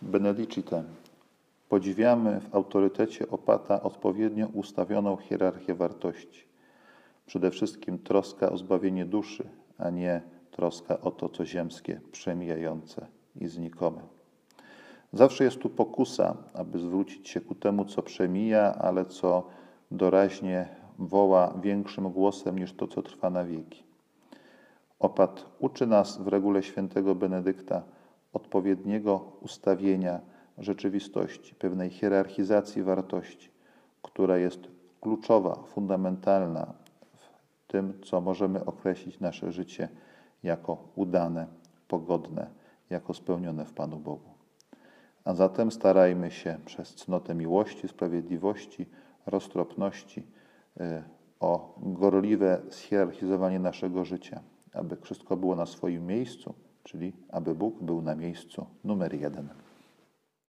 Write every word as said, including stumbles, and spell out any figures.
Benedicite. Podziwiamy w autorytecie opata odpowiednio ustawioną hierarchię wartości. Przede wszystkim troska o zbawienie duszy, a nie troska o to, co ziemskie, przemijające i znikome. Zawsze jest tu pokusa, aby zwrócić się ku temu, co przemija, ale co doraźnie woła większym głosem niż to, co trwa na wieki. Opat uczy nas w regule świętego Benedykta odpowiedniego ustawienia rzeczywistości, pewnej hierarchizacji wartości, która jest kluczowa, fundamentalna w tym, co możemy określić nasze życie jako udane, pogodne, jako spełnione w Panu Bogu. A zatem starajmy się przez cnotę miłości, sprawiedliwości, roztropności o gorliwe schierarchizowanie naszego życia, aby wszystko było na swoim miejscu, czyli aby Bóg był na miejscu numer jeden.